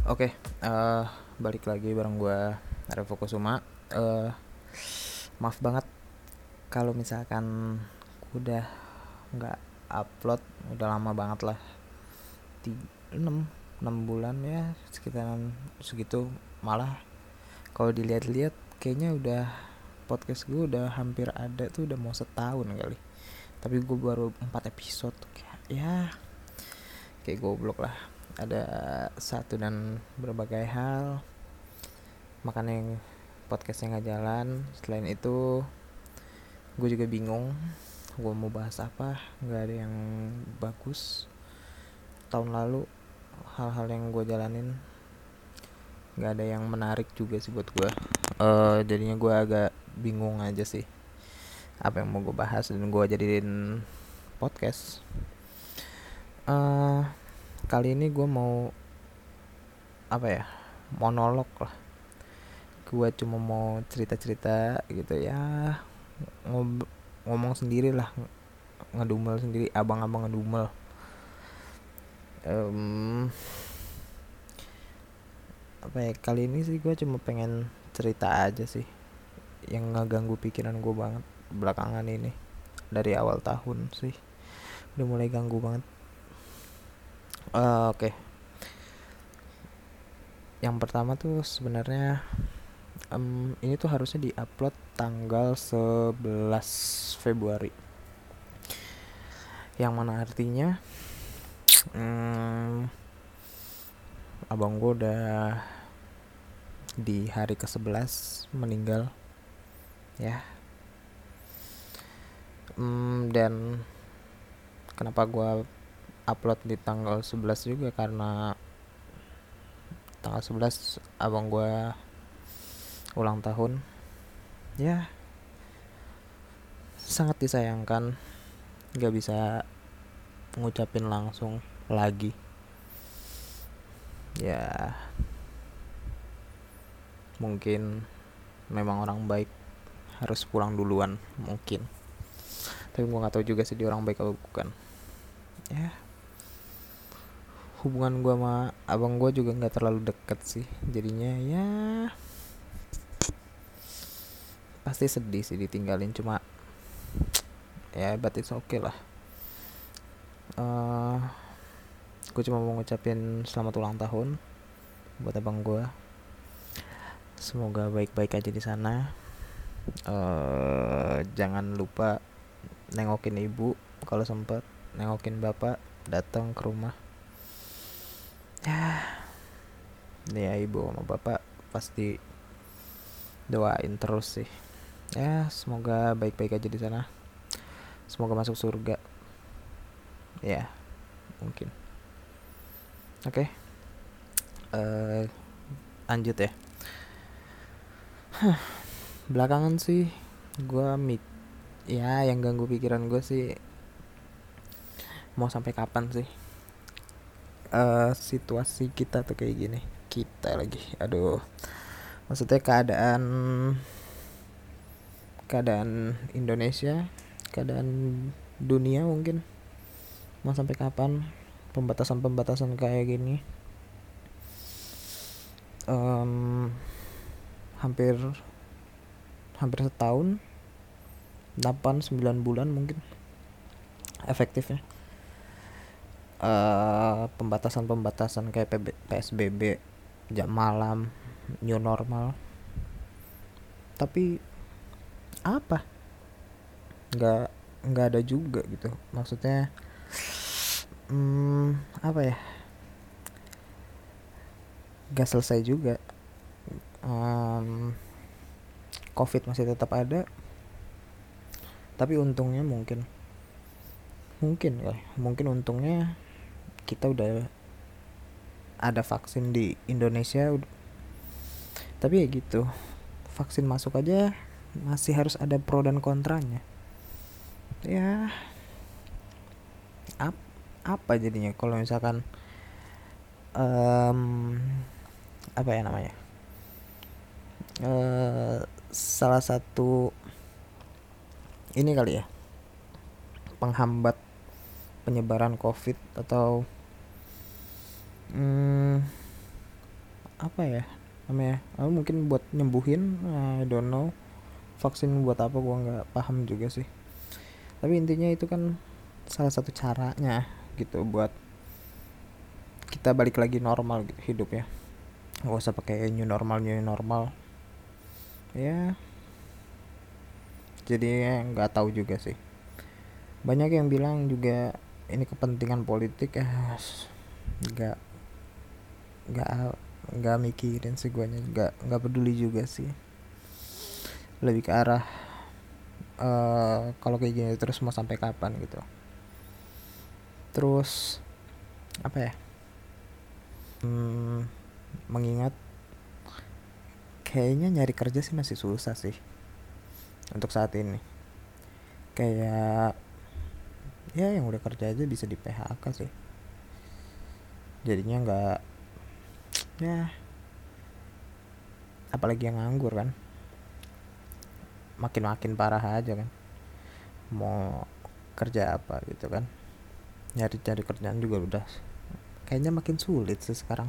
Oke, balik lagi bareng gue Revo Kusuma. Eh, Maaf banget kalau misalkan udah nggak upload, udah lama banget lah. 6 6 bulan ya, sekitaran segitu. Malah kalau dilihat-lihat kayaknya udah podcast gue udah hampir ada tuh, udah mau setahun kali. Tapi gue baru 4 episode tuh, kayak goblok lah. Ada satu dan berbagai hal makanya podcastnya nggak jalan. Selain itu gue juga bingung gue mau bahas apa, nggak ada yang bagus. Tahun lalu hal-hal yang gue jalanin nggak ada yang menarik juga sih buat gue. Jadinya gue agak bingung aja sih apa yang mau gue bahas dan gue jadiin podcast. Kali ini gue mau apa ya, monolog lah. Gue cuma mau cerita-cerita gitu ya, ngomong sendiri lah, ngedumel sendiri, abang-abang ngedumel. Em, Apa ya, kali ini sih gue cuma pengen cerita aja sih yang ngeganggu pikiran gue banget belakangan ini. Dari awal tahun sih udah mulai ganggu banget. Oke, yang pertama tuh sebenarnya ini tuh harusnya diupload tanggal 11 Februari, yang mana artinya abang gue udah di hari ke-11 meninggal ya. Dan kenapa gue upload di tanggal 11 juga karena tanggal 11 abang gue ulang tahun ya. Sangat disayangkan gak bisa ngucapin langsung lagi ya. Mungkin memang orang baik harus pulang duluan mungkin, tapi gue nggak tahu juga sih dia orang baik atau bukan ya. Hubungan gue sama abang gue juga nggak terlalu deket sih, jadinya ya pasti sedih sih ditinggalin. Cuma ya but it's okay lah. Gue cuma mau ngucapin selamat ulang tahun buat abang gue. Semoga baik-baik aja di sana. Jangan lupa nengokin ibu kalau sempet, nengokin bapak, datang ke rumah ya. Ibu sama bapak pasti doain terus sih ya. Semoga baik-baik aja di sana, semoga masuk surga ya, mungkin. Oke, lanjut ya. Belakangan sih gue ya yang ganggu pikiran gue sih, mau sampai kapan sih situasi kita tuh kayak gini. Kita lagi, aduh, maksudnya keadaan Indonesia, keadaan dunia mungkin. Mau sampai kapan pembatasan kayak gini? Hampir hampir setahun, 8-9 bulan mungkin efektifnya. Pembatasan kayak PSBB, jam malam, new normal. Tapi apa, nggak nggak ada juga gitu. Maksudnya apa ya, nggak selesai juga. Covid masih tetap ada, tapi untungnya mungkin untungnya kita udah ada vaksin di Indonesia. Tapi ya gitu, vaksin masuk aja masih harus ada pro dan kontranya ya. Apa jadinya kalau misalkan apa ya namanya, salah satu ini kali ya, penghambat penyebaran COVID atau apa ya namanya, mungkin buat nyembuhin, I don't know. Vaksin buat apa gua nggak paham juga sih, tapi intinya itu kan salah satu caranya gitu buat kita balik lagi normal gitu hidupnya, nggak usah pakai new normal ya. Jadi nggak tahu juga sih, banyak yang bilang juga ini kepentingan politik ya. nggak nggak nggak mikirin sih, guanya nggak peduli juga sih, lebih ke arah kalau kayak gini terus mau sampai kapan gitu. Terus apa ya, mengingat kayaknya nyari kerja sih masih susah sih untuk saat ini. Kayak ya yang udah kerja aja bisa di PHK sih, jadinya nggak, ya apalagi yang nganggur kan, makin parah aja kan, mau kerja apa gitu kan, nyari kerjaan juga udah kayaknya makin sulit sih sekarang,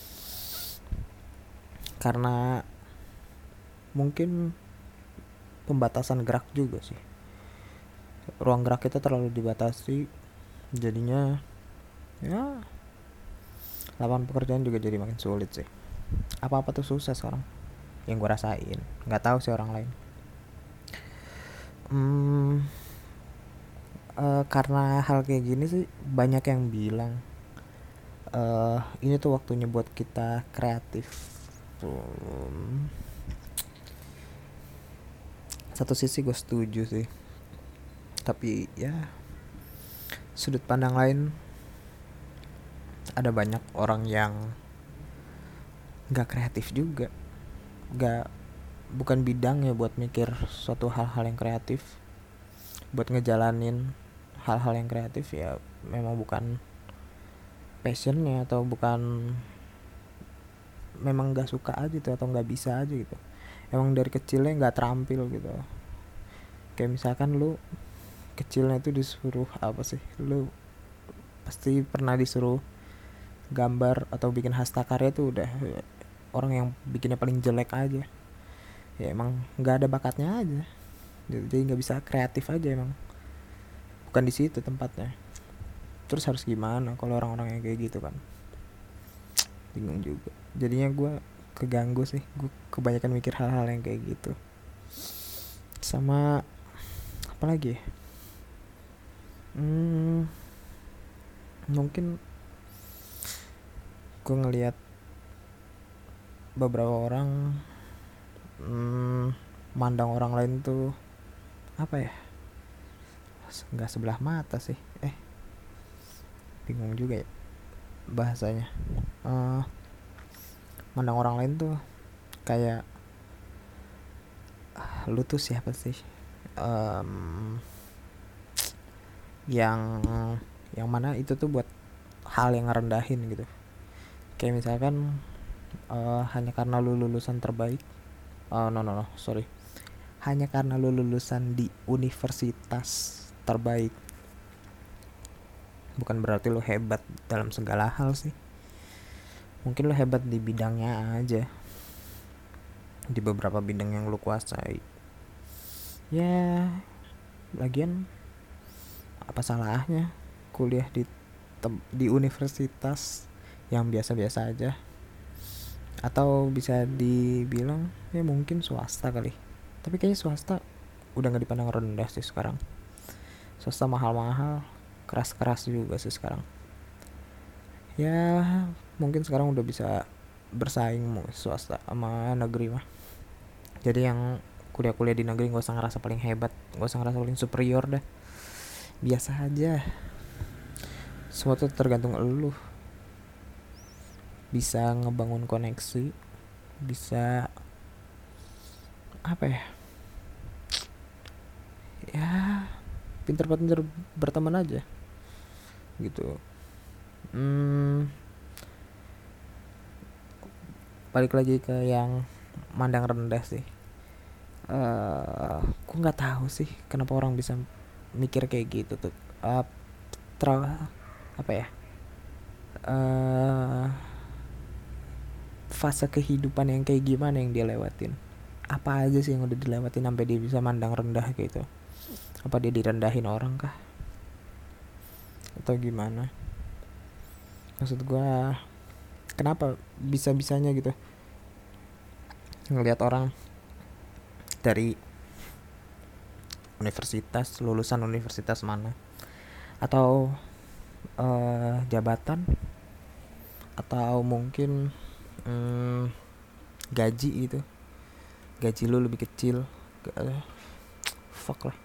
karena mungkin pembatasan gerak juga sih, ruang gerak kita terlalu dibatasi, jadinya ya lapangan pekerjaan juga jadi makin sulit sih. Apa tuh susah sekarang yang gue rasain, nggak tahu sih orang lain. Karena hal kayak gini sih banyak yang bilang ini tuh waktunya buat kita kreatif. Satu sisi gue setuju sih, tapi ya sudut pandang lain, ada banyak orang yang nggak kreatif juga, nggak, bukan bidangnya buat mikir suatu hal-hal yang kreatif, buat ngejalanin hal-hal yang kreatif, ya memang bukan passionnya, atau bukan, memang nggak suka aja tuh, atau nggak bisa aja gitu, emang dari kecilnya nggak terampil gitu. Kayak misalkan lu kecilnya itu disuruh apa sih, lu pasti pernah disuruh gambar atau bikin hastakarya tuh udah orang yang bikinnya paling jelek aja, ya emang nggak ada bakatnya aja, jadi nggak bisa kreatif aja, emang bukan di situ tempatnya. Terus harus gimana kalau orang-orang yang kayak gitu kan, bingung juga, jadinya gue keganggu sih, gue kebanyakan mikir hal-hal yang kayak gitu. Sama apa lagi ya? Mungkin gue ngelihat beberapa orang mandang orang lain tuh apa ya, nggak sebelah mata sih, bingung juga ya bahasanya. Mandang orang lain tuh kayak lu tuh siapa sih, yang mana itu tuh buat hal yang ngerendahin gitu. Kayak misalkan hanya karena lu lulusan terbaik, no sorry, hanya karena lu lulusan di universitas terbaik bukan berarti lu hebat dalam segala hal sih. Mungkin lu hebat di bidangnya aja, di beberapa bidang yang lu kuasai. Ya lagian apa salahnya kuliah di universitas yang biasa-biasa aja, atau bisa dibilang ya mungkin swasta kali, tapi kayaknya swasta udah nggak dipandang rendah sih sekarang. Swasta mahal-mahal, keras-keras juga sih sekarang. Ya mungkin sekarang udah bisa bersaing swasta sama negeri mah. Jadi yang kuliah-kuliah di negeri gak usah ngerasa paling hebat, gak usah ngerasa paling superior dah, biasa aja. Semua tuh tergantung elu, bisa ngebangun koneksi, bisa apa ya, ya pinter-pinter berteman aja gitu. Balik lagi ke yang mandang rendah sih, gue nggak tahu sih kenapa orang bisa mikir kayak gitu tuh. Apa ya, fase kehidupan yang kayak gimana yang dia lewatin, apa aja sih yang udah dilewatin sampai dia bisa mandang rendah gitu. Apa dia direndahin orang kah atau gimana? Maksud gue, kenapa bisa-bisanya gitu ngelihat orang dari universitas, lulusan universitas mana, atau jabatan, atau mungkin gaji gitu, gaji lu lebih kecil, fuck lah.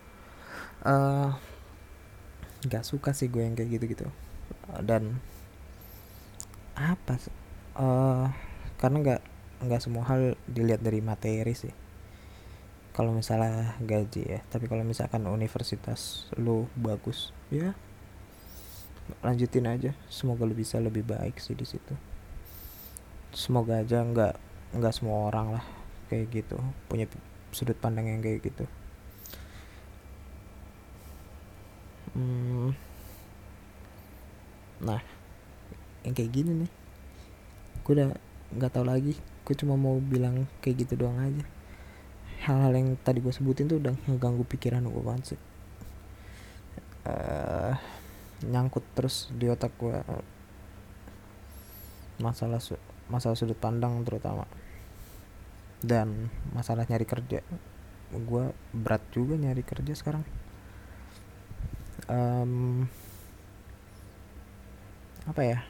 Nggak suka sih gue yang kayak gitu-gitu. Dan apa karena nggak semua hal dilihat dari materi sih kalau misalnya gaji ya. Tapi kalau misalkan universitas lu bagus, ya lanjutin aja, semoga lu bisa lebih baik sih di situ. Semoga aja nggak semua orang lah kayak gitu, punya sudut pandang yang kayak gitu. Nah, yang kayak gini nih, gue udah nggak tahu lagi. Gue cuma mau bilang kayak gitu doang aja. Hal-hal yang tadi gue sebutin tuh udah ngeganggu pikiran gue banget sih. Nyangkut terus di otak gue, masalah sudut pandang terutama, dan masalah nyari kerja. Gue berat juga nyari kerja sekarang. Apa ya,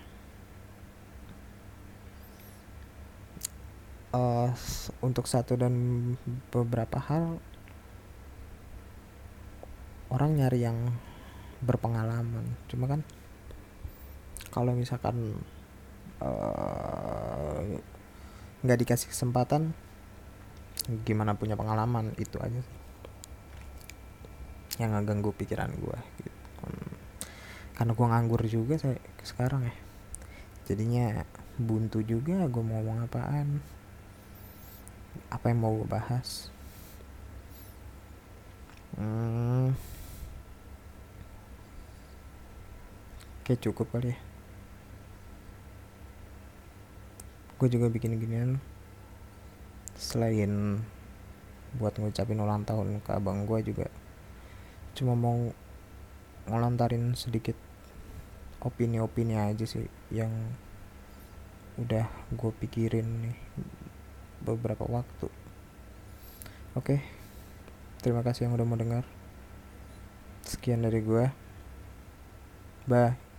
untuk satu dan beberapa hal orang nyari yang berpengalaman. Cuma kan kalau misalkan nggak dikasih kesempatan, gimana punya pengalaman, itu aja sih yang ngeganggu pikiran gue gitu. Karena gue nganggur juga sekarang ya, jadinya buntu juga gue mau ngomong apaan, apa yang mau gue bahas. Kayak cukup kali ya. Gue juga bikin ginian selain buat ngucapin ulang tahun ke abang gue, juga cuma mau ngelontarin sedikit opini-opini aja sih yang udah gue pikirin nih beberapa waktu. Oke, terima kasih yang udah mau dengar. Sekian dari gue, bye.